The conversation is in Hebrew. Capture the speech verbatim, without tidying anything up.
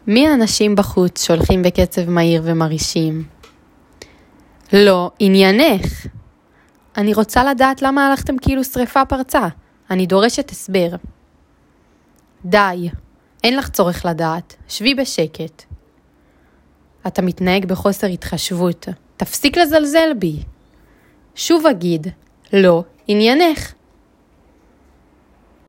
מי האנשים בחוץ שהולכים בקצב מהיר ומרישים? לא, עניינך. אני רוצה לדעת למה הלכתם כאילו שריפה פרצה. אני דורשת הסבר. די, אין לך צורך לדעת. שבי בשקט. אתה מתנהג בחוסר התחשבות. תפסיק לזלזל בי. שוב אגיד, לא, עניינך.